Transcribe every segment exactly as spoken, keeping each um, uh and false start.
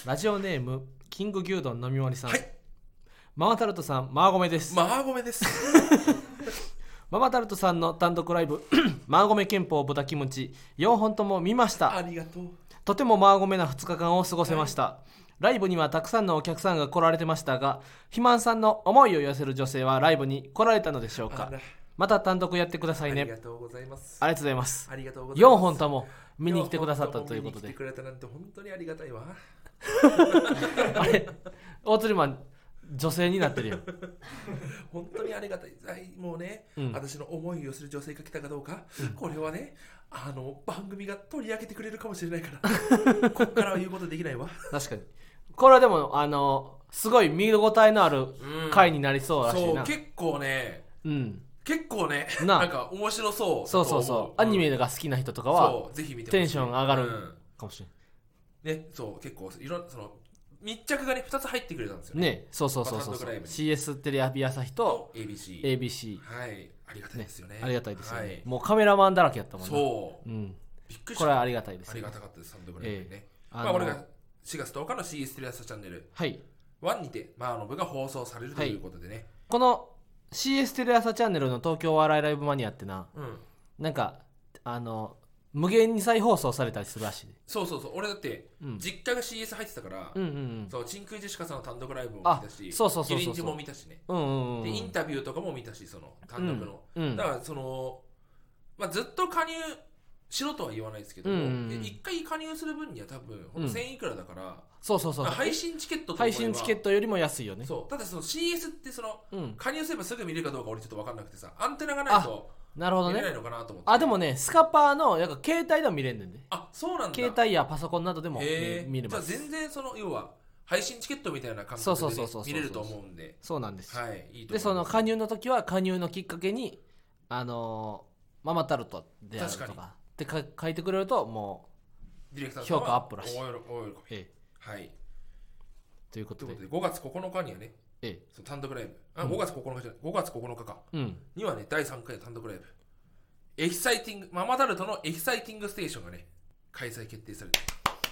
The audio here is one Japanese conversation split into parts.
ラジオネームキング牛丼飲み森さん、 はい、 ママタルトさん、マーゴメです。 マーゴメですママタルトさんの単独ライブマーゴメ憲法豚キムチよんほんとも見ました。 ありがとう。 とてもマーゴメなふつかかんを過ごせました、はい、ライブにはたくさんのお客さんが来られてましたが、肥満さんの思いを寄せる女性はライブに来られたのでしょうか。また単独やってくださいね。 ありがとうございます。 ありがとうございます。 ありがとうございます。 よんほんとも見に来てくださったということで、 見に来てくれたなんて本当にありがたいわあれ、大鶴マン女性になってるよ本当にありがたい。もうね、うん、私の思いをする女性が来たかどうか、うん、これはね、あの番組が取り上げてくれるかもしれないからここからは言うことできないわ。 確かにこれはでもあのすごい見応えのある回になりそうらしいな、 うん、そう結構ね、うん、結構ね な, なんか面白そう。 そうそうそう、うん、アニメが好きな人とかはそうぜひ見てほしい。 テンション上がるかもしれない、 うん、ね。そう結構いろんなその密着がねふたつ入ってくれたんですよね, ねそうそうそうそう、シーエス テレビ朝日とエービーシー, エービーシーはいありがたいですよ ね, ねありがたいですよね、はい、もうカメラマンだらけやったもんね。 そう、 うん、 びっくりした。 これはありがたいです、ね、 ありがたかったです。単独ライブね、えー、 あまあ俺がしがつとおかの シーエス テレビ朝チャンネルいちにて、まあ、あの部が放送されるということでね、はい、 この シーエス テレビ朝チャンネルの東京お笑いライブマニアってな、うん、なんかあの無限に再放送されたりするらしい。 そうそうそう。俺だって、うん、実家が シーエス 入ってたから、うんうんうん、そう真空ジェシカさんの単独ライブも見たし、 そうそうそうそう、 キリンジも見たしね、 うんうんうん、 でインタビューとかも見たし、その単独の、 うんうん、 だからその、まあ、ずっと加入しろとは言わないですけども、うんうんうん、一回加入する分には多分ほんとせんいくらだから、うん、 そうそうそう、 配信チケットと配信チケットよりも安いよね。 そうただその シーエス ってその、うん、加入すればすぐ見れるかどうか俺ちょっと分かんなくてさ、アンテナがないとなるほどね。 見れないのかなと思って。 あでもね、スカパーのやっぱ携帯でも見れんねんで。 あそうなんだ。 携帯やパソコンなどでも見れます。 じゃあ全然その要は配信チケットみたいな感覚で、ね、見れると思うんで。 そうなんです。 はい、いいと思います。 でその加入の時は加入のきっかけにあのー、ママタルトであるとかってか書いてくれるともう評価アップらしい。 およろおよええ、 はい。 ということで、 ごがつここのかにはね、ええ、その単独ライブ、あ、うん、ごがつここのかじゃない、ごがつここのかか、うん、にはねだいさんかいの単独ライブ、エキサイティングママタルトのエキサイティングステーションがね開催決定されて、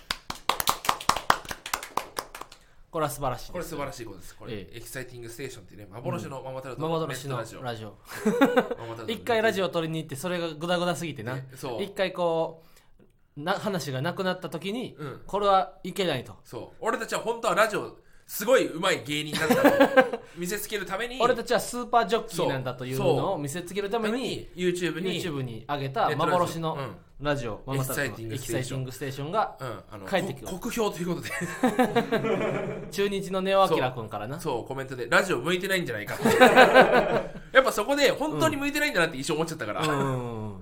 これは素晴らしいです。 これ素晴らしいことです。これ、ええ、エキサイティングステーションっていうね、幻のママタルトの、 うん、 幻のラジオ一回ラジオ撮りに行って、それがグダグダすぎてな、一回こうな話がなくなった時に、うん、これはいけないと。 そう俺たちは本当はラジオすごいうまい芸人だったと見せつけるために俺たちはスーパージョッキーなんだというのを見せつけるために YouTube に YouTube に上げた幻のラジオ、ママタルトのエキサイティングステーションが帰ってくる、 酷評ということで中日のネオアキラ君からな、 そうコメントでラジオ向いてないんじゃないかってやっぱそこで本当に向いてないんだなって一生思っちゃったから、うん、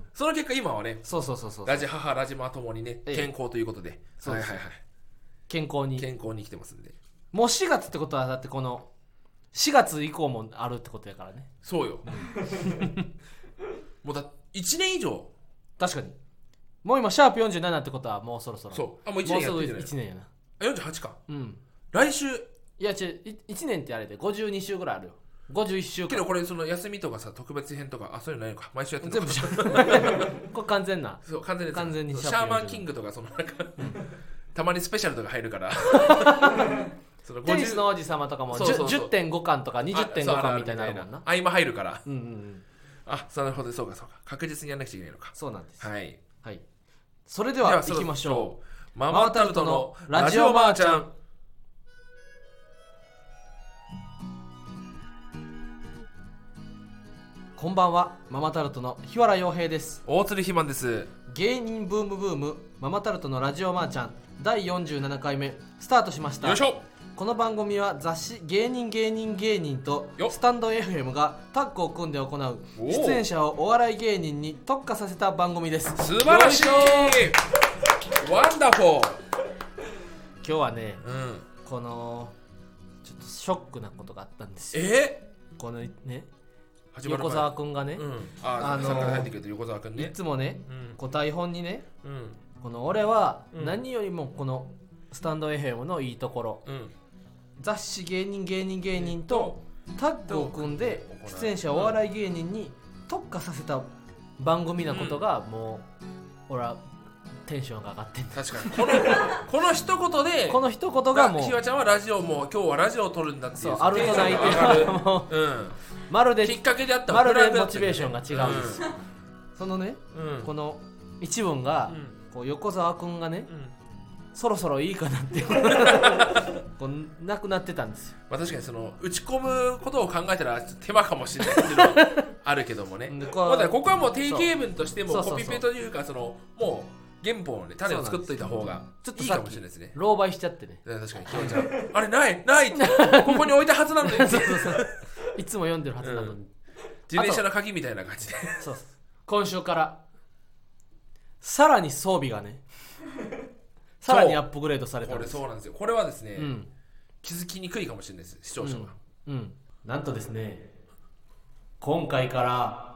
その結果今はね、 そうそうそうそう、 ラジ母ラジマともにね健康ということで、 はいはいはい、健康に健康に生きてますんで、 もうしがつってことはだってこのしがつ以降もあるってことやからね。 そうよもうだいちねん以上、 確かにもう今シャープよんじゅうななってことはもうそろそろ、 そうあもういちねんやってるじゃない、 もうすぐいちねんやな。 あよんじゅうはちか、 うん、 来週、 いや違ういちねんってあれでごじゅうにしゅうぐらいあるよ。ごじゅういっしゅうかんけどこれその休みとかさ特別編とかあそういうのないのか、毎週やってるのか全部これ完全な、 そう完全に完全にシャーマンキングとかそのなんかたまにスペシャルとか入るからそのテニスの王子様とかも じゅってんご 巻とか にじゅってんご 巻みたいなのあるもんな、 合間入るから、 うんうんうん、 あなるほど、そうかそうか、確実にやらなくちゃいけないのか。 そうなんです。 はい、 はい、それでは行きましょう。 ママタルトのラジオマーちゃん。 こんばんは、ママタルトの日原洋平です。 大鶴ひまんです。 芸人ブームブームママタルトのラジオマーちゃんだいよんじゅうななかいめスタートしました。 よいしょ。 この番組は雑誌芸人芸人芸人とスタンド エフエム がタッグを組んで行う出演者をお笑い芸人に特化させた番組です。 素晴らしいワンダフォー。今日はね、 うん、 このちょっとショックなことがあったんですよ。 えこのね横澤くんがね、 うん、あ、あのー、入ってくる横澤くんね、 いつもね、うん、こう台本にね、 うん、 この俺は何よりもこのスタンド エフエム のいいところ、うん、雑誌芸人芸人芸人とタッグを組んで出演者お笑い芸人に特化させた番組なことがもう俺はテンションが上がってんだ。 確かにこのこの一言でこの一言がもうひわちゃんはラジオもう今日はラジオを撮るんだっていう、 そうアルトナイトがうん、 まるできっかけであったまるでモチベーションが違うんです、うん、そのね、 うん、 この一文が、うん、こう横澤くんがね、うん、そろそろいいかなってこうなくなってたんですよ。 まあ、確かにその打ち込むことを考えたら手間かもしれないっていうのはあるけどもねこ, だここはもう定型文としてもコピペというかそのもう原本をね種を作っといた方がいいかもしれないですね。 狼狽しちゃってね。 確かにひわちゃんあれないないってここに置いたはずなのにそうそうそういつも読んでるはずなのに、うん、 自転車の鍵みたいな感じでそう今週からさらに装備がねさらにアップグレードされたんです。 これそうなんですよ。これはですね、うん、気づきにくいかもしれないです視聴者が、 うんうん、なんとですね今回から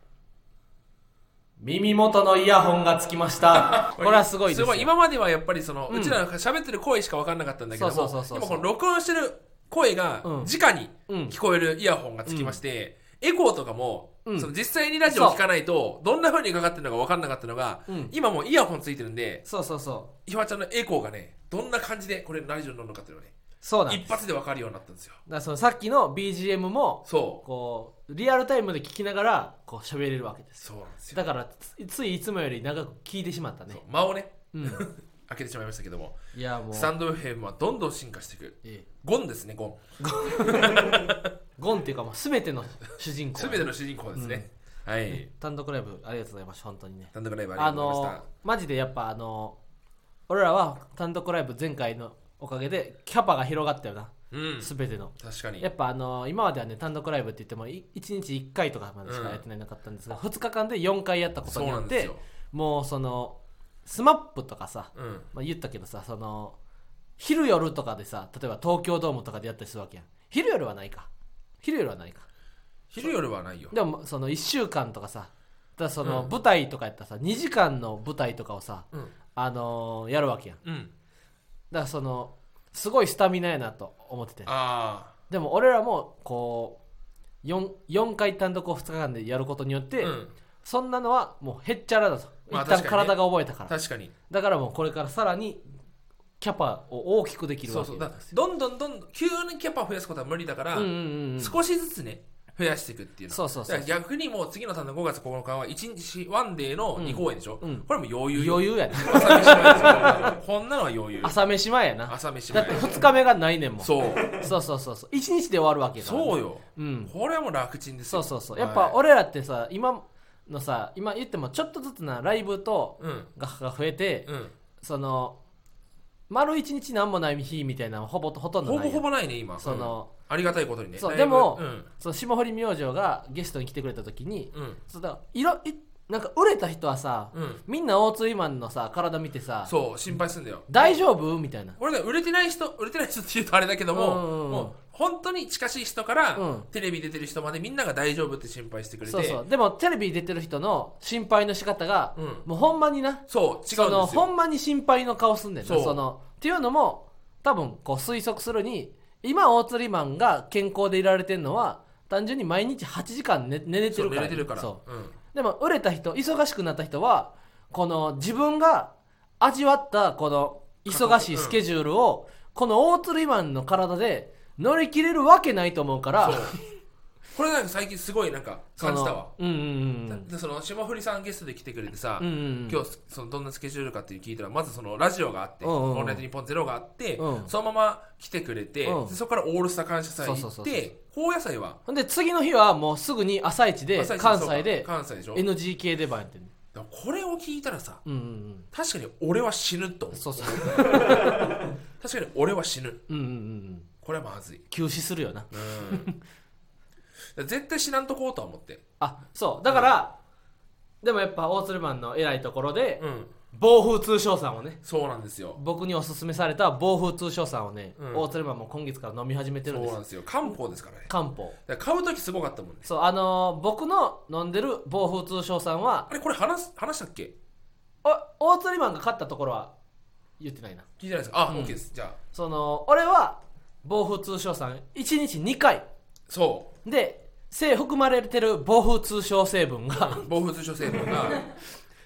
耳元のイヤホンがつきましたこれはすごいですよ。すごい今まではやっぱりその、うん、うちらが喋ってる声しか分からなかったんだけども今この録音してる声が直に聞こえるイヤホンがつきまして、うんうん、エコーとかも、うん、その実際にラジオを聞かないとどんな風にかかってるのか分からなかったのが、うん、今もうイヤホンついてるんでそうそうそうひわちゃんのエコーがねどんな感じでこれラジオに乗るのかっていうのがねそうなん一発で分かるようになったんですよ。 だからそのさっきの ビージーエム もそうこうリアルタイムで聞きながらこう喋れるわけです。 そうなんですよ。 だからついいつもより長く聞いてしまったね。 間をね、うん、開けてしまいましたけどもいやもうスタンド エフエム はどんどん進化していく、ええ、ゴンですねゴンゴンっていうかもう全ての主人公全ての主人公ですね、うん、はい単独ライブありがとうございます本当にね。 単独ライブありがとうございました。 あのマジでやっぱあの俺らは単独ライブ前回のおかげでキャパが広がったよな、うん、全ての確かにやっぱあの今まではね単独ライブって言ってもいちにちいっかいとかまでしかやってなかったんですが、うん、ふつかかんでよんかいやったことによってもうそのスマップとかさ、うんまあ、言ったけどさその昼夜とかでさ例えば東京ドームとかでやったりするわけやん。昼夜はないか昼夜はないか昼夜はないよ。 でもそのいっしゅうかんとかさだその舞台とかやったらさにじかんの舞台とかをさ、うんあのー、やるわけやん、うん、だからそのすごいスタミナやなと思っててあでも俺らもこう 4, よんかい単独をふつかかんでやることによって、うん、そんなのはもうへっちゃらだと、まあ、一旦体が覚えたから確かにだからもうこれからさらにキャパを大きくできるわけですよ。 そうそうだどんどんどんどん急にキャパを増やすことは無理だから、うんうんうんうん、少しずつね増やしていくっていうの。 そうそうそうそう。 逆にもう次の単独ごがつここのかはいちにちワンデーのに公演でしょ、うん、これも余裕余裕やね朝飯前ですこんなのは余裕朝飯前やな朝飯前だってふつかめがないねんもん。 そうそうそうそうそういちにちで終わるわけだから、ね、 そうよ、うん、これはもう楽ちんですよ。 そうそうそうやっぱ俺らってさ今のさ今言ってもちょっとずつなライブとが増えて、うん、その丸一日なんもない日みたいなのほぼほとんどない。 ほぼほぼないね今。 その、 うん、ありがたいことにね。 そうでも、うん、その霜降り明星がゲストに来てくれた時に、うん、そうだいろいなんか売れた人はさ、うん、みんな大津イマンのさ体見てさ、 そう心配するんだよ。 大丈夫みたいな。 俺ね売れてない人売れてない人って言うとあれだけども、うんうんうん、もう本当に近しい人から、うん、テレビ出てる人までみんなが大丈夫って心配してくれて。 そうそうでもテレビ出てる人の心配の仕方が、うん、もうほんまになそう違うんですよ。 そのほんまに心配の顔すんねんな。そそのっていうのも多分こう推測するに今大釣りマンが健康でいられてるのは単純に毎日はちじかん 寝, 寝れてるから、 ね、寝れてるからそう、うん、でも売れた人忙しくなった人はこの自分が味わったこの忙しいスケジュールを、うん、この大釣りマンの体で乗り切れるわけないと思うからこれなんか最近すごいなんか感じたわ。 うんうんうん、 でその霜降りさんゲストで来てくれてさ、うんうん、今日そのどんなスケジュールかっていう聞いたらまずそのラジオがあって、うんうん、オールナイトニッポンゼロがあって、うん、そのまま来てくれて、うん、でそこからオールスター感謝祭行って高野菜はほんで次の日はもうすぐに朝一で関西で関西でしょエヌジーケー 出番やってる。 これを聞いたらさ、うんうんうん、確かに俺は死ぬと思う。 そうそう確かに俺は死ぬ、 うんうんうん、 これはまずい。 休止するよな、 うん絶対死なんとこうとは思って。 あそうだから、うん、でもやっぱ大鶴マンの偉いところで、うん、暴風通商さんをねそうなんですよ僕におすすめされた暴風通商さんをね、うん、大鶴マンも今月から飲み始めてるんです。 そうなんですよ漢方ですからね。 漢方だから買う時すごかったもんね。 そうあのー、僕の飲んでる暴風通商さんはあれこれ話す話したっけ。 あ大鶴マンが買ったところは言ってないな。 聞いてないですか。あ、うん、OK です。じゃあその俺は暴風通商さんいちにちにかいそうで性含まれてる暴風通商成分が暴風通商成分が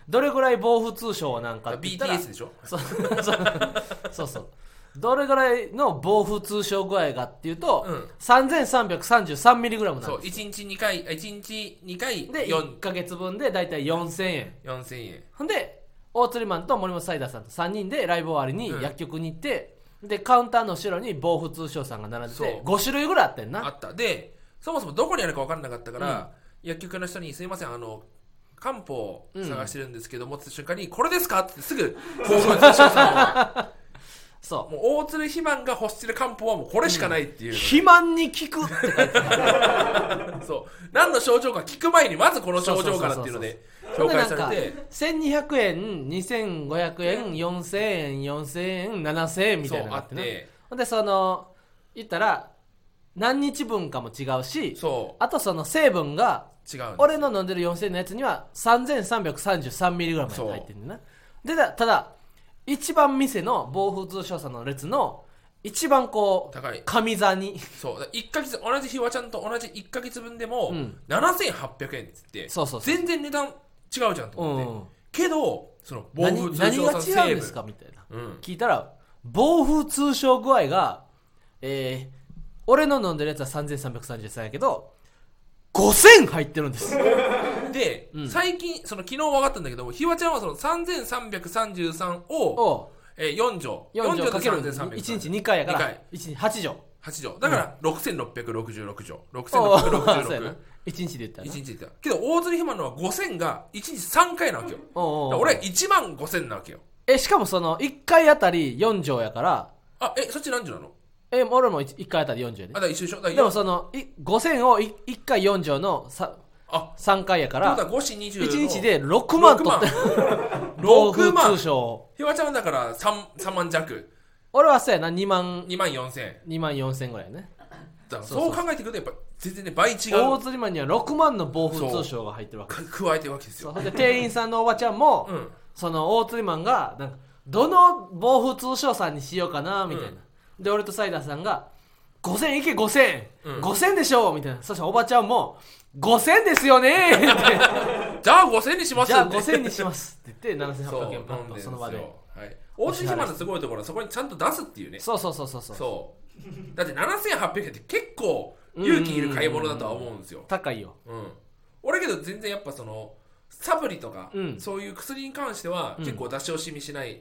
どれぐらい暴風通商なんかって言ったらビーティーエス でしょそうそうそうどれぐらいの暴風通商具合かっていうと、うん、さんぜんさんびゃくさんじゅうさんミリグラムなんですよ。 そういちにちにかいいちにちにかいでいっかげつぶんでだいたいよんせんえんよんせんえんほんで大釣りマンと森本サイダーさんとさんにんでライブ終わりに薬局に行って、うん、でカウンターの後ろに暴風通商さんが並んでてごしゅるいぐらいあってんな。 あったでそもそもどこにあるか分からなかったから、うん、薬局の人にすいませんあの漢方を探してるんですけど、うん、持ってた瞬間にこれですかってすぐ暴風通商さんをそうもう大鶴肥満が欲してる漢方はもうこれしかないっていう、うん、 肥満に効くって書いてあるそう何の症状か聞く前にまずこの症状からっていうので紹介されてせんにひゃくえんにせんごひゃくえんよんせんえんよんせんえんななせんえんみたいなのがあってねほんでその言ったら何日分かも違うしそうあとその成分が違う俺の飲んでるよんせんえんのやつには さんぜんさんびゃくさんじゅうさんミリグラム 入ってるんだなでだただ一番店の暴風通商さんの列の一番こう高い上座にそういっかげつ同じひわちゃんと同じいっかげつぶんでも、うん、ななせんはっぴゃくえんって言ってそうそうそう全然値段違うじゃんと思って、うん、けどその暴風通商さん成分何が違うんですかみたいな、うん、聞いたら暴風通商具合が、えー、俺の飲んでるやつはさんぜんさんびゃくさんじゅうさんやけどごせん入ってるんですで、うん、最近その昨日分かったんだけどひわちゃんはそのさんぜんさんびゃくさんじゅうさんをえー、よん錠よん錠かけるいちにちにかいやからいちにちはち錠はち錠だから、うん、ろくせんろっぴゃくろくじゅうろく錠ろくせんろっぴゃくろくじゅうろくいちにちで言ったらいちにちで言ったけど大鶴肥満のはごせんがいちにちさんかいなわけよおうおうおう俺いちまんごせんなわけよえしかもそのいっかいあたりよん錠やからあえそっち何錠なのえ俺も いっかいあたりよん錠やで、ね、 あだ一緒でしょだでもそのごせんを いっかいよん錠のさあさんかいやからごしにじゅういちにちでろくまん取って暴風通商ひわちゃんだから 3, さんまん弱俺はそうやなにまんにまんよんせんにまんよんせんぐらいねだからそう考えてくるとやっぱ全然ね倍違う大釣りマンにはろくまんの暴風通商が入ってるわけ加えてるわけですよで店員さんのおばちゃんも、うん、その大釣りマンがなんかどの暴風通商さんにしようかなみたいな、うん、で俺とサイダーさんがごせんいけごせん、うん、ごせんでしょみたいなそしたらおばちゃんもごせんですよねってじゃあごせんにしますじゃあごせんにしますって言ってななせんはっぴゃくえんパッとその場で、はい、 大津肥満のすごいところはそこにちゃんと出すっていうねそうそうそうそうそうそうだってななせんはっぴゃくえんって結構勇気いる買い物だとは思うんですよ高いよ、 うん、俺けど全然やっぱそのサプリとか、うん、そういう薬に関しては結構出し惜しみしない、うん、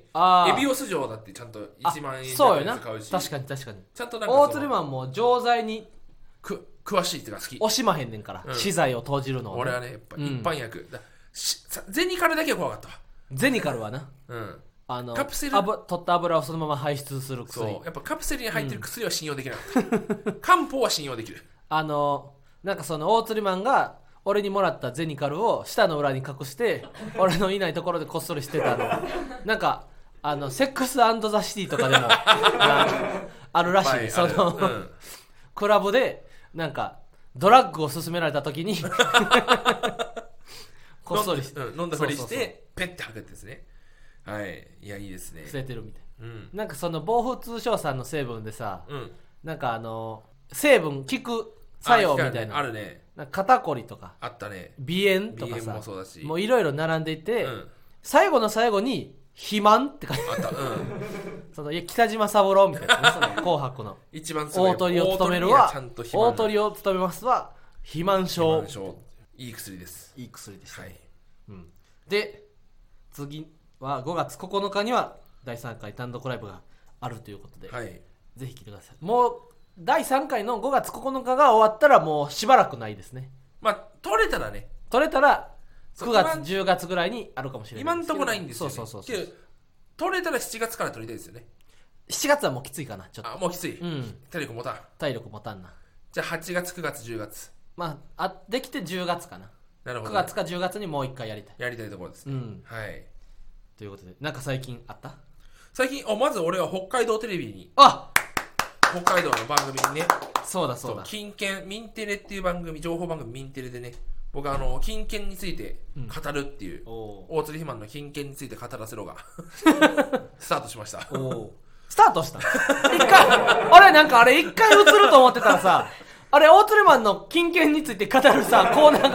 エビオス錠だってちゃんといちまんえん使うし確かに確かにちゃんとなんか大鶴マンも錠剤にく詳しいっていうか好き惜しまへんねんから、うん、資材を投じるのを、ね、 俺はねやっぱ一般薬、うん、ゼニカルだけは怖かったわゼニカルはな、 うん、 あのカプセル取った油をそのまま排出する薬そうやっぱカプセルに入ってる薬は信用できなかった、うん、漢方は信用できるあのなんかその大釣りマンが俺にもらったゼニカルを舌の裏に隠して俺のいないところでこっそりしてたのなんかあのセックス&ザ・シティとかでもあるらしいその、うん、クラブでなんかドラッグを勧められた時にこっそり飲ん、うん、飲んだふりしてペッて吐くってですねはいいやいいですね捨ててるみたいな、うん、なんかその暴風通商さんの成分でさ、うん、なんかあの成分効く作用みたいなあ, あるねなんか肩こりとかあったね鼻炎とかさ鼻炎もそうだしもういろいろ並んでいて、うん、最後の最後に肥満って書いてあった、うん、そのいや北島三郎みたいな、ね、その紅白の一番大トリを務めるは大トリを務めますは肥満症いい薬ですいい薬でした、はいうん、で次はごがつここのかにはだいさんかい単独ライブがあるということで、はい、ぜひ来てくださいもうだいさんかいのごがつここのかが終わったらもうしばらくないですねまあ取れたらね取れたらくがつじゅうがつぐらいにあるかもしれない今んとこないんですよ、ね、 そうそうそうそう取れたらしちがつから取りたいですよねしちがつはもうきついかなちょっとあもうきつい、うん、体力持たん体力持たんなじゃあはちがつくがつじゅうがつまああできてじゅうがつかななるほど、ね、くがつかじゅうがつにもう一回やりたいやりたいところですね、うん、はいということでなんか最近あった最近あまず俺は北海道テレビにあ北海道の番組にねそうだそうだ金券ミンテレっていう番組情報番組ミンテレでね僕はあの金券について語るっていう、うん、大鶴肥満の金券について語らせろがスタートしましたおスタートした一回あれなんかあれ一回映ると思ってたらさあれ大鶴マンの金券について語るさコーナーが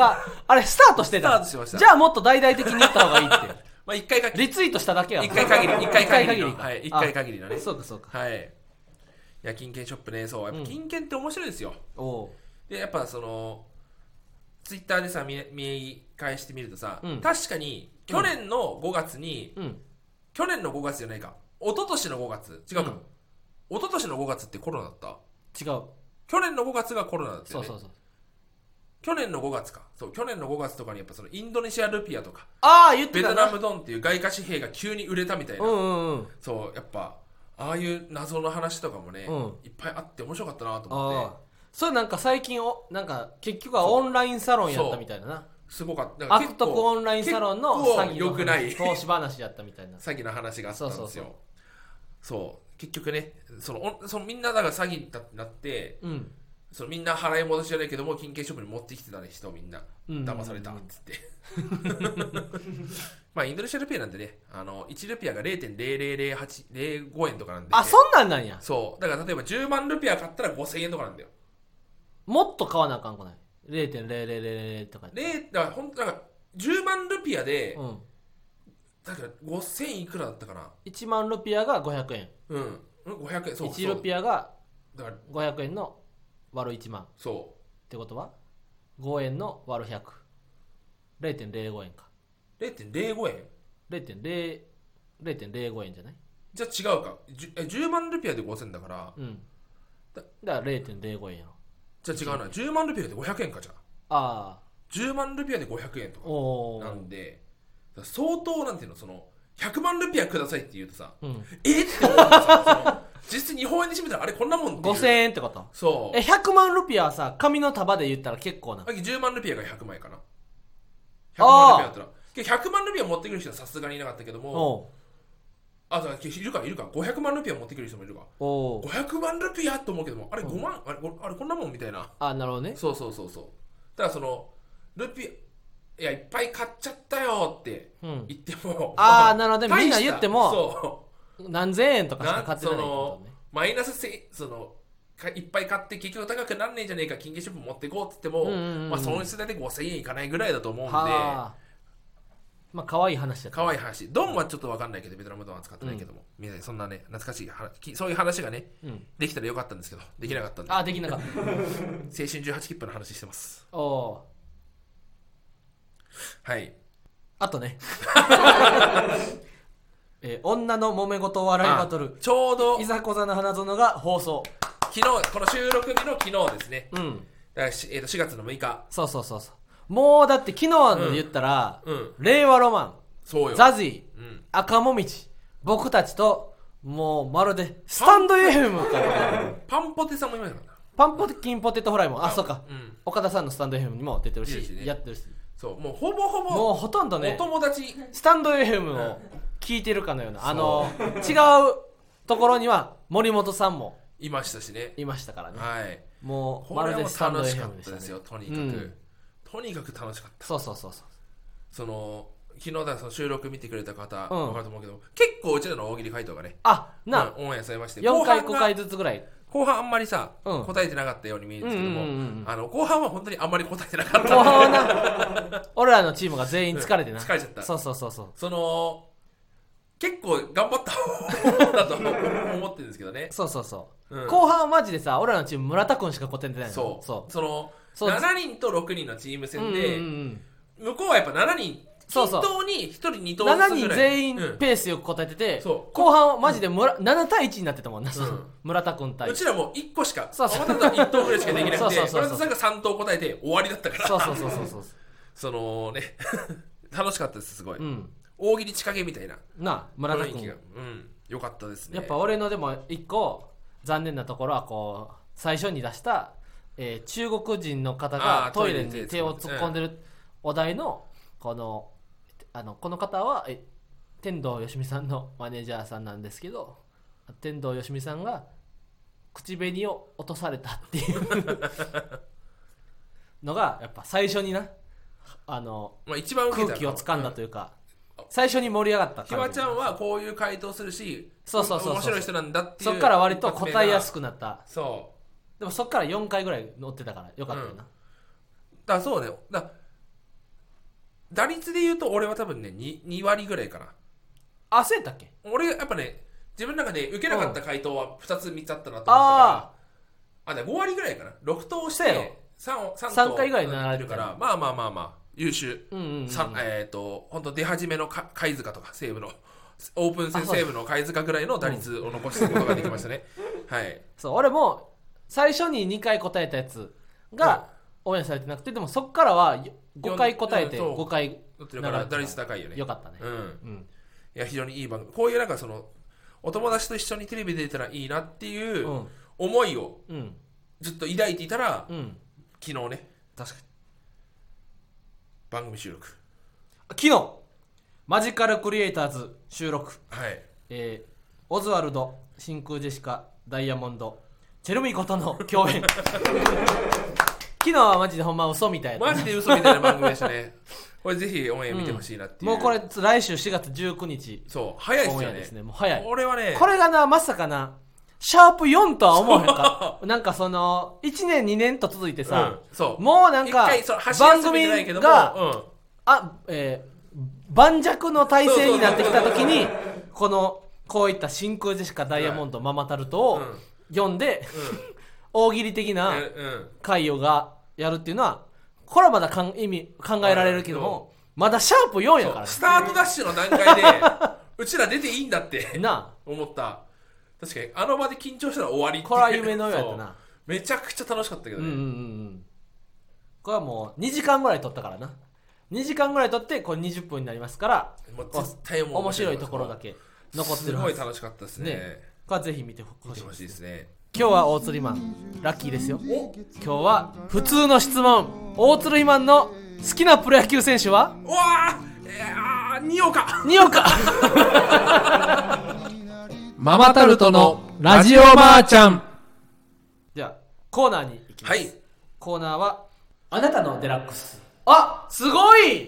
あれスタートしてた。 スタートしました。 じゃあもっと大々的に言った方がいいってまあ一回限りリツイートしただけやん。 一回限り一回限りの一回限りかはい一回限りのね。 そうかそうか。 はい。いや金券ショップね、そうやっぱ金券って面白いですよ。 うん、おでやっぱそのツイッターでさ 見, 見返してみるとさ、 うん、 確かに去年のごがつに、 うん、 去年のごがつじゃないか、一昨年のごがつ違うか、うん、一昨年のごがつってコロナだった？ 違う。 去年のごがつがコロナだったよね。 そうそうそう。 去年のごがつか。そう去年のごがつとかにやっぱそのインドネシアルピアとか、 ああ言ってたな。 ベトナムドンっていう外貨紙幣が急に売れたみたいな、 うんうんうん、 そうやっぱああいう謎の話とかもね、 うん、 いっぱいあって面白かったなと思って。 それなんか最近おなんか結局はオンラインサロンやったみたいなな。 すごかった。 悪徳オンラインサロンの詐欺の良くない投資話やったみたいな詐欺の話があったんですよ。そうそうそうそうそう結局ね、そのそのみんなだから詐欺だってなって、 うん、 そのみんな払い戻しじゃないけども金券ショップに持ってきてたね人みんな、うん、騙されたっつってまあインドネシアルピアなんでね、あのいちルピアが れいてんぜろぜろぜろはちぜろごえんとかなんで、ね、 あそんなんなんや。 そうだから例えばじゅうまんルピア買ったらごせんえんとかなんだよ。 もっと買わなあかんくない？ れいてんぜろぜろぜろ とかだからほんだからじゅうまんルピアで、 うん、 だからごせんいくらだったかな。 いちまんルピアがごひゃくえん、 うん、ごひゃくえん、そういちルピアがだからごひゃくえんの割るいちまん、 そうってことはごえんの割るひゃく、 れいてんぜろごえんか。 れいてんぜろごえんれいてんぜろごえんじゃない？ じゃあ違うか、じゅうまんルピアでごせんだから、 うん、だだから れいてんぜろごえんやろ。 じゃあ違うな、じゅうまんルピアでごひゃくえんか。じゃああじゅうまんルピアでごひゃくえんとかおなんで、相当なんていうの、そのひゃくまんルピアくださいって言うとさ、 うん、 えって思うのさ実質日本円にしてみたらあれこんなもんっていうごせんえんってこと。 そうえひゃくまんルピアはさ紙の束で言ったら結構な。 じゅうまんルピアがひゃくまん円かな。ひゃくまんルピアだったらひゃくまんルピア持ってくる人はさすがにいなかったけども、あ、だからいるかいるかごひゃくまんルピア持ってくる人もいるか。ごひゃくまんルピアと思うけども、あれごまん、あれあれこんなもんみたいな。 あ、なるほどね。 そうそうそうそう。だからそのルピアいやいっぱい買っちゃったよって言っても、うん、 ああなるほどね。みんな言ってもそう何千円とかしか買ってないってことね。マイナスせそのいっぱい買って結局高くなんねえじゃねえか金券ショップ持ってこうって言っても、うんうんうん、まあ損失でごせんえんいかないぐらいだと思うんで、 まあ可愛い話だった。 可愛い話。ドンはちょっと分かんないけど、ベトナムドンは使ってないけども、うん、みんなでそんなね懐かしい話、そういう話がね、うん、できたらよかったんですけどできなかったんで。 あ、できなかった青春じゅうはち切符の話してます。 おおはい。 あとねえー、女の揉め事笑いバトル、 ちょうどいざこざの花園が放送。 昨日、この収録日の昨日ですね。 うん。 だから、えー、としがつのむいか。 そうそうそうそう。もうだって昨日の言ったら、うんうん、令和ロマン、 そうよザジー、 うん、 赤もみち、僕たちともうまるでスタンド エフエム からパンポテさんもいましたから。 パンポテキンポテトフライも、あ、そうか、うん、岡田さんのスタンド エフエム にも出てるし、ね、やってるし。 そうもうほぼほぼもうほとんどねお友達スタンド エフエム を聞いてるかのような、うん、あの違うところには森本さんもいましたしねいましたからね。 はい、 もうまるでスタンド エフエムでしたね。楽しかったですよ、とにかく、うん、とにかく楽しかった。 そうそうそうそう。 その昨日だその収録見てくれた方、うん、分かると思うけど結構うちらの大喜利回答がねあな、 うん、オンエアされましてよんかいごかいずつぐらい後半あんまりさ、うん、答えてなかったように見えるんですけども、うんうんうん、あの後半は本当にあんまり答えてなかった後半はな俺らのチームが全員疲れてな、 うん、疲れちゃった。 そうそうそうそう。 その結構頑張った方だと思ってるんですけどね。 そうそうそう、うん、後半はマジでさ俺らのチーム村田君しか答えてないの。 そうそうそのそうしちにんとろくにんのチーム戦で、うんうんうん、向こうはやっぱしちにん均等にひとりに投ずつぐらいしちにん全員ペースよく答えてて、うん、後半はマジで村、うん、ななたいいちになってたもんな、うん、村田君対うちらもいっこしかそうそういち投ぐらいしかできなくて村田さんがさん投答えて終わりだったからそうそうそうそうそうそのね楽しかったですすごい、うん、大喜利仕掛けみたいなな村田君が、 うん、よかったですね。 やっぱ俺のでもいっこ残念なところはこう最初に出した、えー、中国人の方がトイレに手を突っ込んでるお題のこのあのこの方はえ天童よしみさんのマネージャーさんなんですけど、天童よしみさんが口紅を落とされたっていうのがやっぱ最初になあの、 まあ、一番空気をつかんだというか、うん、最初に盛り上がった。 ひわちゃんはこういう回答するしそうそうそうそう面白い人なんだっていう、 そっから割と答えやすくなった。 そうでもそっからよんかいぐらい乗ってたからよかったよな、うん、 だからそうねだ打率で言うと俺は多分ね 2, に割ぐらいかな。 あ、そうやったっけ。 俺やっぱね自分の中で受けなかった回答はふたつみっつあったなと思ったから、ああでご割ぐらいかな。ろく投して 3, 3, さんかいぐらい並んでるからまあまあまあまあ優秀、 うんうんうん、 えっ、ー、と本当出始めの貝塚とか西武のオープン戦西武の貝塚ぐらいの打率を残すことができましたね。はい。 そう俺も最初ににかい答えたやつが応援されてなくて、でもそっからはごかい答えてごかい乗ってるから打率高いよね。 よかったね。 うん。うん、いや非常にいい番組。こういうなんかそのお友達と一緒にテレビ出たらいいなっていう思いをずっと抱いていたら、うん、昨日ね。 確かに。 番組収録。 昨日マジカルクリエイターズ収録。 はい。 えー、オズワルド、真空ジェシカ、ダイヤモンド、チェルミコとの共演。昨日はマジでほんま嘘みたいな。 マジで嘘みたいな番組でしたね。これぜひオンエア見てほしいなっていう、 うん、もうこれ来週しがつじゅうくにち。 そう早いっすよね。 ですね。もう早い。 俺はねこれがなまさかなシャープよんとは思わへんかなんかそのいちねんにねんと続いてさ、 うん、そうもうなんか番組が、うん、あ、えー、盤石の体制になってきた時にこのこういった真空ジェシカダイヤモンド、うん、ママタルトを読んで、うん、大喜利的な回をがやるっていうのはこれはまだかん意味考えられるけども、まだシャープよんやから、ね、 スタートダッシュの段階でうちら出ていいんだってな思った。確かにあの場で緊張したら終わりって。 これは夢のようやったな。 めちゃくちゃ楽しかったけどね。 うんうんうん、これはもうにじかんぐらい撮ったからな。にじかんぐらい撮ってこれにじゅっぷんになりますから、 もう絶対もう面白いところだけ残ってるはず。すごい楽しかったです ね, ね。これはぜひ見てほしいですね。 今日は大鶴ひまんラッキーですよ。今日は普通の質問。大鶴ひまんの好きなプロ野球選手は？ うわあ、二岡。 二岡。 ママタルトのラジオばあちゃん。 じゃあコーナーに行きます。 はい。 コーナーはあなたのデラックス。あ、すごい。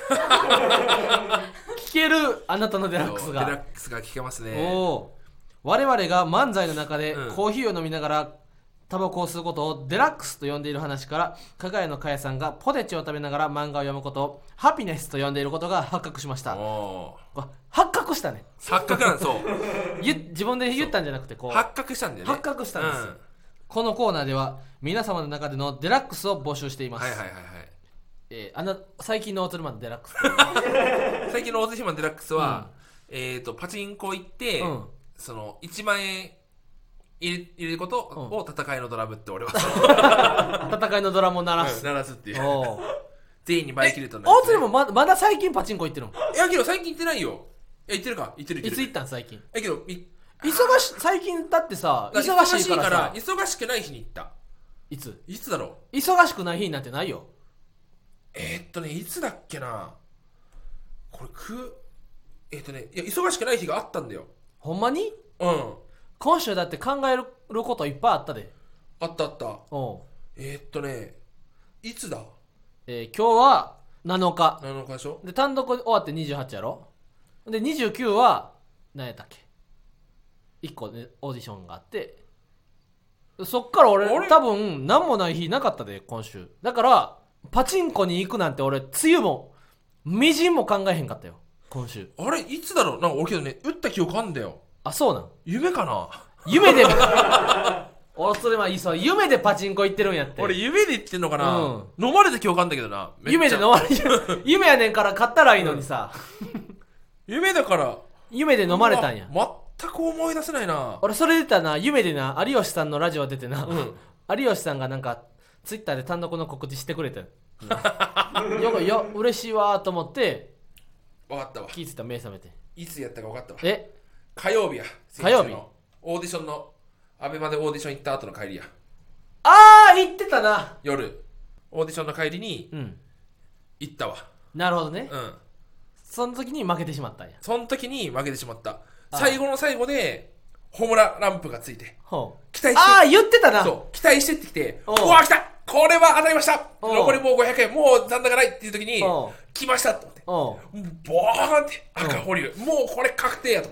聞けるあなたのデラックスが。 デラックスが聞けますね。 お我々が漫才の中でコーヒーを飲みながらタバコを吸うことをデラックスと呼んでいる話から、かがやのかやさんがポテチを食べながら漫画を読むことをハピネスと呼んでいることが発覚しました。 お発覚したね。 発覚なんそう自分で言ったんじゃなくてこう発覚したんだよね。 発覚したんです、うん、このコーナーでは皆様の中でのデラックスを募集しています。 はいはいはいはい。 えー、あの最近の大鶴マンのデラックス最近の大鶴マンのデラックスは、うん、えーとパチンコ行って、うん、そのいちまんえん入れ, 入れることを戦いのドラムって俺は戦いのドラムを鳴らす、 うん、鳴らすっていう全員に倍切れとなる、ね、大鶴も ま, まだ最近パチンコ行ってるの？ いやけど最近行ってないよ。いや行ってるか行ってる行ってる。 いつ行ったん最近？ えけど忙し最近だってさ忙しいからさ忙しくない日に行った。 いついつだろう。忙しくない日になってないよ。 えー、っとねいつだっけなこれくえー、っとねいや忙しくない日があったんだよ。 ほんまに？ うん。 今週だって考えることいっぱいあったで。 あったあった。 おうえー、っとねいつだ、 えー、今日はなのか。 なのかでしょ。 で単独終わってにじゅうはちやろ。でにじゅうくは何やったっけ、いっこ、ね、オーディションがあって、そっから俺多分何もない日なかったで今週。だからパチンコに行くなんて俺梅雨もみじんも考えへんかったよ今週。 あれいつだろう。なんか俺けどね打った記憶あんだよ。 あ、そうなん。 夢かな。 夢でおそれはいいそう。夢でパチンコ行ってるんやって。 俺夢で行ってんのかな、うん、飲まれた記憶あんだけどな。 夢で飲まれ夢やねんから買ったらいいのにさ、 うん、夢だから夢で飲まれたんや。 全く思い出せないな。 俺それ出たな。夢でな有吉さんのラジオ出てな、うん、有吉さんがなんかツイッターで単独の告知してくれていや嬉しいわと思って分かったわ。 聞いてた。目覚めていつやったか分かったわ。 え火曜日や。 火曜日オーディションのアベマでオーディション行った後の帰りや。 あー行ってたな。 夜オーディションの帰りに行ったわ、 うん、なるほどね。 うんその時に負けてしまったんや。 その時に負けてしまった。最後の最後でホムラランプがついて期待して、 ああ言ってたな。 そう期待してってきて、うわ来たこれは当たりました、残りもうごひゃくえんもう残高ないっていう時に来ましたと思って、ボーンって赤保留、うん、もうこれ確定やと思って。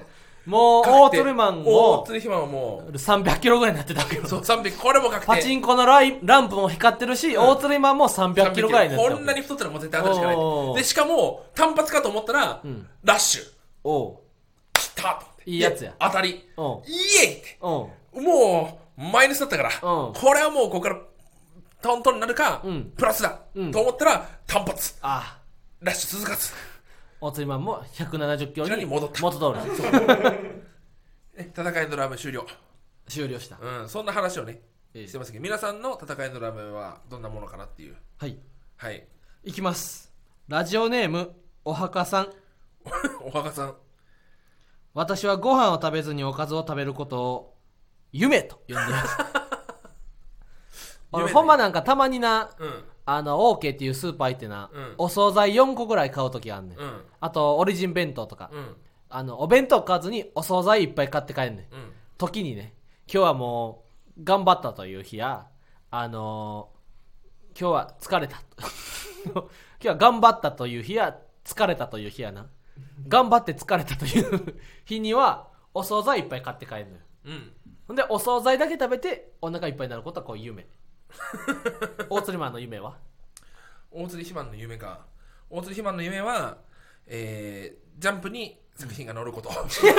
もう大鶴マンも大鶴ひまはもうさんびゃっキロぐらいになってたけど、 そうさんびゃくこれも確定。 パチンコのライランプも光ってるし、うん、大鶴マンもさんびゃっキロぐらいになってた。 こんなに太ったらもう絶対当たるしかないで、しかも単発かと思ったら、うん、ラッシュおう来たと思って、 いいやつや、 当たりイエイってもうマイナスだったから、これはもうここからトントンになるか、うん、プラスだ、うん、と思ったら単発あラッシュ続かず大釣りマンもひゃくななじゅっキロに戻った元通り戦いのラーメン終了終了した、 うん、そんな話をね、えー、してますけど、皆さんの戦いのラーメンはどんなものかなっていう。 はいはい、 いきます。ラジオネームおはかさんおはかさん、 私はご飯を食べずにおかずを食べることを夢と呼んでいます俺ほんまなんかたまにな、うん、あの OK っていうスーパー行ってな、うん、お惣菜よんこぐらい買うときあんねん、うん、あとオリジン弁当とか、うん、あのお弁当買わずにお惣菜いっぱい買って帰んねん、うん、時にね、今日はもう頑張ったという日や、あのー、今日は疲れた今日は頑張ったという日や疲れたという日やな頑張って疲れたという日にはお惣菜いっぱい買って帰るのよ、うん、ほんでお惣菜だけ食べてお腹いっぱいになることはこう夢大釣りマンの夢は大釣り肥満の夢か。大釣り肥満の夢は、えー、ジャンプに作品が載ること、うん、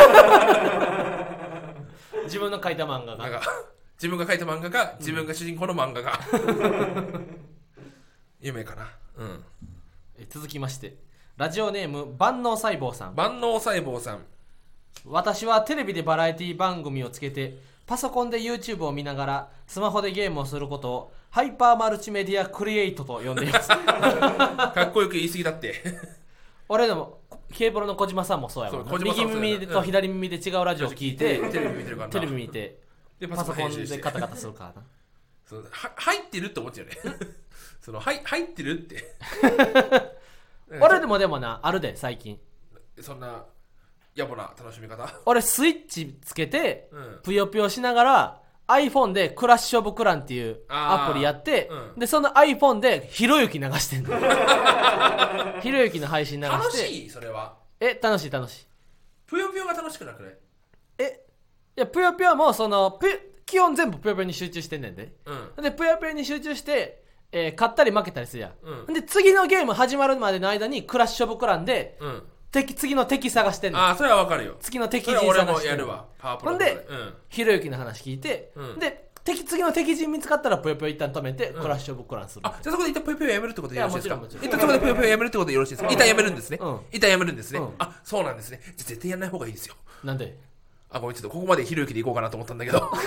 自分の書いた漫画がなんか自分が書いた漫画が自分が主人公の漫画が、うん、夢かな、うん、 え続きましてラジオネーム万能細胞さん。 万能細胞さん、 私はテレビでバラエティ番組をつけてパソコンで YouTube を見ながらスマホでゲームをすることをハイパーマルチメディアクリエイトと呼んでいますかっこよく言い過ぎだって俺でも K プロの小島さんもそうやもんな。右耳と左耳で違うラジオを聞いて、うん、テレビ見てるからな、テレビ見てでパソコンでカタカタするからなそうは入ってるって思っちゃうねそのはい入ってるって俺でもでもなあるで最近そんな野暮な楽しみ方。 俺スイッチつけて、うん、ぷよぷよしながら iPhone でクラッシュオブクランっていうアプリやって、うん、でその iPhone でひろゆき流してんのひろゆきの配信流して。 楽しいそれは。 え楽しい楽しい。 ぷよぷよが楽しくなくない？ えいやぷよぷよもそのぷ基本全部ぷよぷよに集中してんねんで、うん、でぷよぷよに集中して、えー、勝ったり負けたりするやん、うん、で次のゲーム始まるまでの間にクラッシュオブクランで、うん敵次の敵探してんの。 ああそれはわかるよ。 次の敵陣探してんの。 俺もやるわ。パワープロほんで、うん、ひろゆきの話聞いて、うん、で敵次の敵陣見つかったらぷよぷよ一旦止めて、うん、クラッシュオブクランする。 あじゃあそこで一旦ぷよぷよやめるってことでよろしいですか？一旦そこでぷよぷよやめるってことでよろしいですか？一旦やめるんですね。うん、一旦やめるんですね。うん、あそうなんですね。じゃ絶対やらない方がいいですよ。 なんで？ あごめんちょっとここまでひろゆきでいこうかなと思ったんだけど。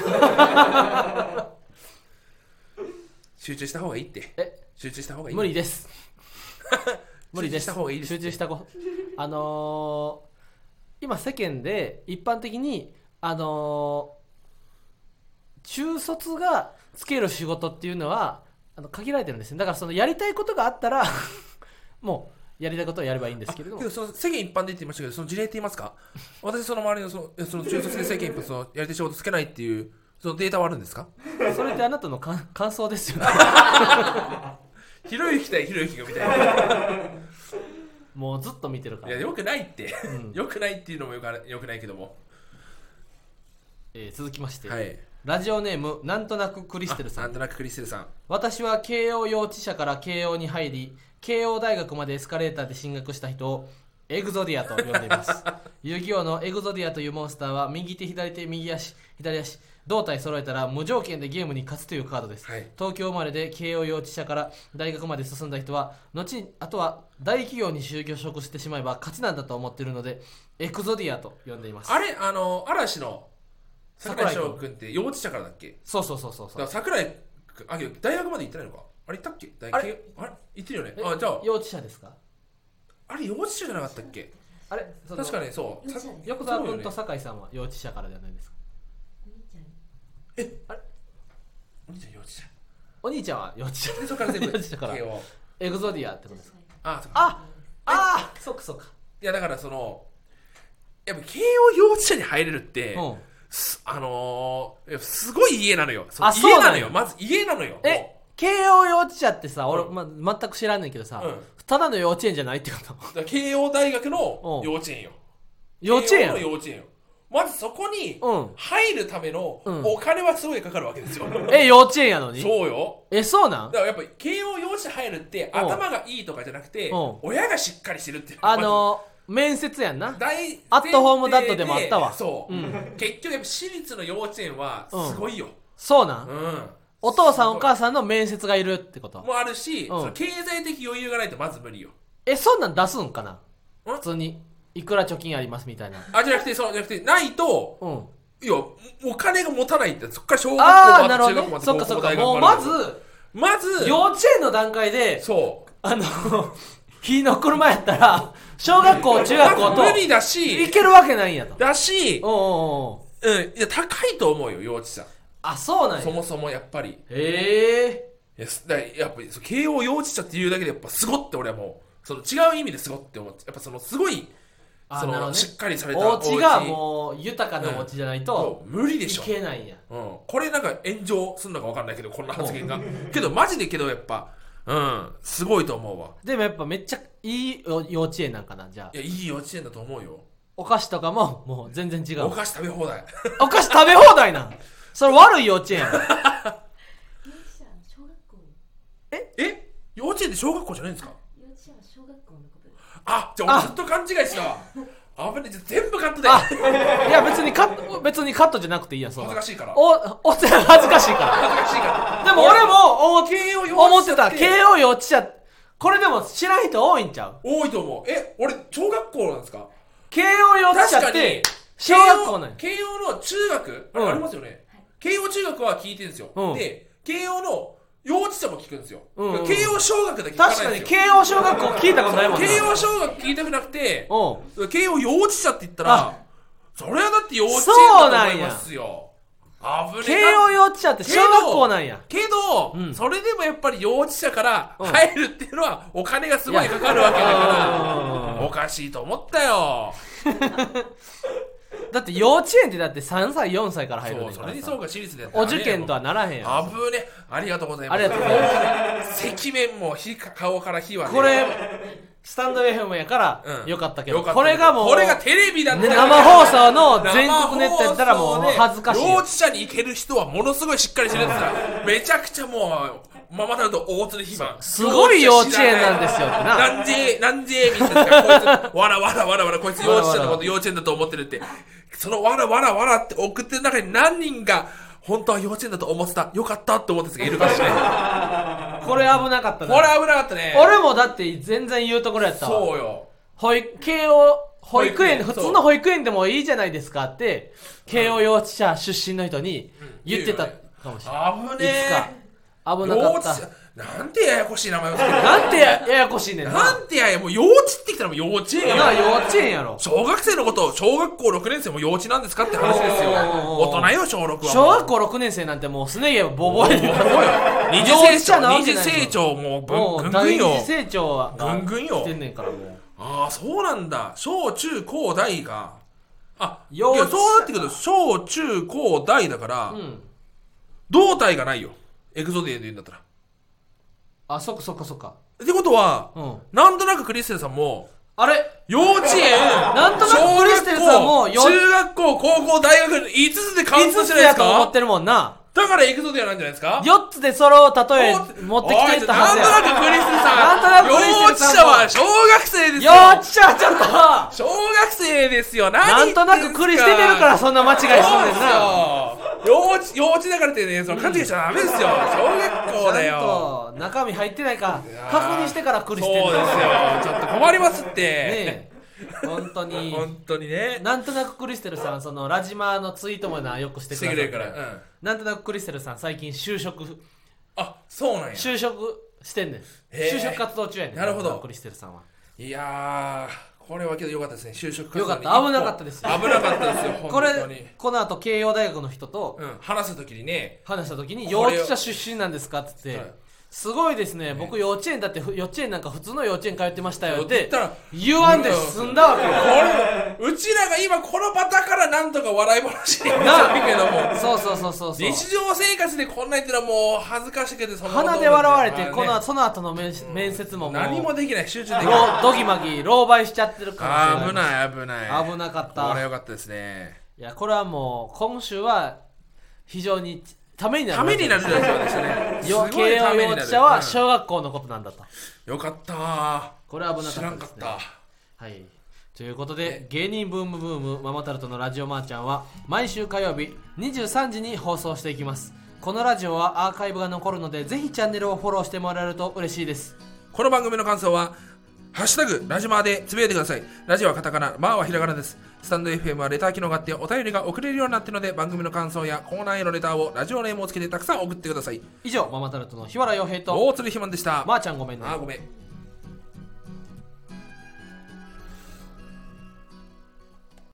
集中した方がいいって。え集中した方がいい。 無理です。無理です。 集中した方がいいです。 集中した子。あのー、今世間で一般的にあのー、中卒がつける仕事っていうのはあの限られてるんですよ。だからそのやりたいことがあったらもうやりたいことをやればいいんですけれども。 けどその世間一般で言っていましたけど、その事例って言いますか？私その周りのそのその中卒で世間一般そのやりたい仕事つけないっていうそのデータはあるんですか？ それってあなたのか感想ですよね。 ひろゆき対ひろゆきがみたいな。 もうずっと見てるから。 いやよくないって、うん、よくないっていうのもよくよくないけども、 えー、続きまして、 はい、 ラジオネームなんとなくクリステルさん。 なんとなくクリステルさん。 私は慶応幼稚舎から慶応に入り慶応大学までエスカレーターで進学した人をエグゾディアと呼んでいます遊戯王のエグゾディアというモンスターは右手左手右足左足胴体揃えたら無条件でゲームに勝つというカードです、はい、東京生まれで慶応幼稚舎から大学まで進んだ人は後にあとは大企業に就職してしまえば勝ちなんだと思っているのでエクゾディアと呼んでいます。 あれあの嵐の桜井翔君って幼稚舎からだっけ？ そうそうそうそうそう。 だから桜井あ大学まで行ってないのか？あれ行ったっけ？大学あれあれ行ってるよね。あじゃあ幼稚舎ですか？ あれ幼稚舎じゃなかったっけ？ あれ確かにそう横澤君と酒井さんは幼稚舎からじゃないですか？ えあれお兄ちゃん幼稚舎お兄ちゃんは幼稚舎でそこから全部幼稚舎からエグゾディアってことですか？ あああそっかそっか。 いやだからそのやっぱ慶応幼稚舎に入れるって、うん、あのー、すごい家なのよ。 あ家なのよ。まず家なのよ。 え慶応幼稚舎ってさ、俺、ま、全く知らんねんけどさ、うん、ただの幼稚園じゃないってこと？ 慶応大学の幼稚園よ。 幼稚園？ 慶応の幼稚園よ。 まずそこに入るためのお金はすごいかかるわけですよ、 うん、え幼稚園やのにそうよえそうなんだからやっぱり慶応幼稚園入るって頭がいいとかじゃなくて親がしっかりしてるっていうあのー、面接やんなアットホームダットでもあったわそう、うん、結局やっぱ私立の幼稚園はすごいよ、うん、 そうなん、うん、お父さんお母さんの面接がいるってこともあるし、うん、その経済的余裕がないとまず無理よえそんなん出すんかな普通にいくら貯金ありますみたいなあじゃなくてそうじゃなくてないと、うん、いやお金が持たないってそっから小学校まで中学校まで高校大学までもうまずまず幼稚園の段階でそうあの火の車やったら小学校中学校と無理だしいけるわけないんやとだしおうおううんいや高いと思うよ幼稚さあそうなんやそもそもやっぱりへえー、やっぱり慶応幼稚舎っていうだけでやっぱすごって俺はもうその違う意味ですごって思ってやっぱそのすごいその、ね、しっかりされたお家がもう豊かなお家じゃないと、 うん、無理でしょいけないんや、 うん、これなんか炎上するのか分かんないけどこんな発言がけどマジでけどやっぱうんすごいと思うわでもやっぱめっちゃいい幼稚園なんかなじゃあいやいい幼稚園だと思うよお菓子とかももう全然違うお菓子食べ放題お菓子食べ放題なんそれ悪い幼稚園やええ幼稚園って小学校じゃないんですか幼稚園は小学校のことですあじゃあ俺ずっと勘違いしたわあぶね全部カットでいや別にカット別にカットじゃなくていいやんそ恥ずかしいからおお恥ずかしいから恥ずかしいからでも俺もお慶応幼稚思ってた慶応幼稚舎これでも知らん人多いんちゃう多いと思うえ俺小学校なんですか慶応幼稚舎って小学校なんや慶応の中学あれありますよね、うん、慶応中学は聞いてるんですよ、うん、で慶応の幼稚舎も聞くんですよ、うんうん、慶応小学だけ聞かないんですよ確かに慶応小学校聞いたことないもんね慶応小学聞いたくなくて慶応幼稚舎って言ったらそれはだって幼稚園だと思いますよ危ねえ慶応幼稚舎って小学校なんやけど、うん、それでもやっぱり幼稚舎から入るっていうのはお金がすごいかかるわけだからおかしいと思ったよだって幼稚園ってだってさんさいよんさいから入るんだからそうそれにそうか私立でお受験とはならへんやんあぶねありがとうございますありがとうございます赤面も火顔から火はねこれスタンド エフエム やからよかったけど、うん、これがもうこれがテレビだったら、 ね、生放送の全国ネットやったらもう恥ずかしい幼稚舎に行ける人はものすごいしっかりしてるんですよめちゃくちゃもうママタルト大鶴ひますごい幼稚園なんですよってななんでなんでみたいなこいつわらわらわらわらこいつ幼稚園のこと幼稚園だと思ってるってそのわらわらわらって送ってる中に何人が本当は幼稚園だと思ってたよかったって思ってた人がいるかしらねこれ危なかったなこれ危なかったね俺もだって全然言うところやったわそうよ保育慶応保育園普通の保育園でもいいじゃないですかって慶応幼稚舎出身の人に言ってたかもしれない、 うん、危ねえいつか危なかったなんてややこしい名前をつけるなんて や, ややこしいねんななんてややもう幼稚ってきたらもう幼稚園やな幼稚園やろ小学生のこと小学校ろくねん生も幼稚なんですかって話ですよ大人よ小ろくは小学校ろくねん生なんてもうすね毛ボボやで二次成長二次成長もうぐんぐんよ二次成長はぐんぐんよしてんねんからもうああそうなんだ小中高大があいやそうなってくると小中高大だから、うん、胴体がないよエクゾディエンで言うんだったらあそっかそっかそっかってことは、うん、なんとなくクリステルさんもあれ幼稚園なんとなくクリステルさんも中学校高校大学いつつでカウントしてないですかいつつやと思ってるもんなだからエクゾディアなんじゃないですかよっつでそれを例え持ってきてたはずやなんとなくクリステルさんなんとなくクリステルさん幼稚者は小学生ですよ幼稚者はちょっと小学生ですよ何なんとなくクリステルからそんな間違いすんねんな幼稚幼稚だからってねその勘違いしちゃダメですよ、うん、小学校だよちゃんと中身入ってないか確認してからクリステルそうですよちょっと困りますってねえ本当に本当にねなんとなくクリステルさんそのラジマのツイートもなよくしてくださってから、うん、 なんとなくクリステルさん最近就職あそうなんや就職してんねん就職活動中やねんなるほどクリステルさんはいやーこれはけどよかったですね就職活動よかった危なかったですよ危なかったですよこれこの後慶応大学の人と、 うん、話すときにね話したときに幼稚舎出身なんですかって言って、はい、すごいですね、僕幼稚園だって幼稚園なんか普通の幼稚園通ってましたよって言わんで済んだわけよこれうちらが今この場だからなんとか笑い話になるけどもそうそうそうそうそう日常生活でこんな言ったらもう恥ずかしいけどその鼻で笑われて、ね、このその後の面、うん、面接ももう何もできない集中できないドギマギ狼狽しちゃってるかもしれない危ない危ない危なかったこれよかったですねいやこれはもう今週は非常にためになるためになるラジオでしたね慶応幼稚舎は小学校のことなんだと、 うん、よかったこれは危なかったですね。 知らんかった。 はいということで芸人ブームブームママタルトのラジオマーちゃんは毎週火曜日にじゅうさんじに放送していきます。このラジオはアーカイブが残るのでぜひチャンネルをフォローしてもらえると嬉しいです。 この番組の感想はハッシュタグラジマーでつぶやいてください。ラジオはカタカナ、マーはひらがなです。スタンド エフエム はレター機能があってお便りが送れるようになっているので番組の感想やコーナーへのレターをラジオネームをつけてたくさん送ってください。 以上ママタルトの日原洋平と大鶴ひまんでした。 まーちゃんごめんね。 あーごめん。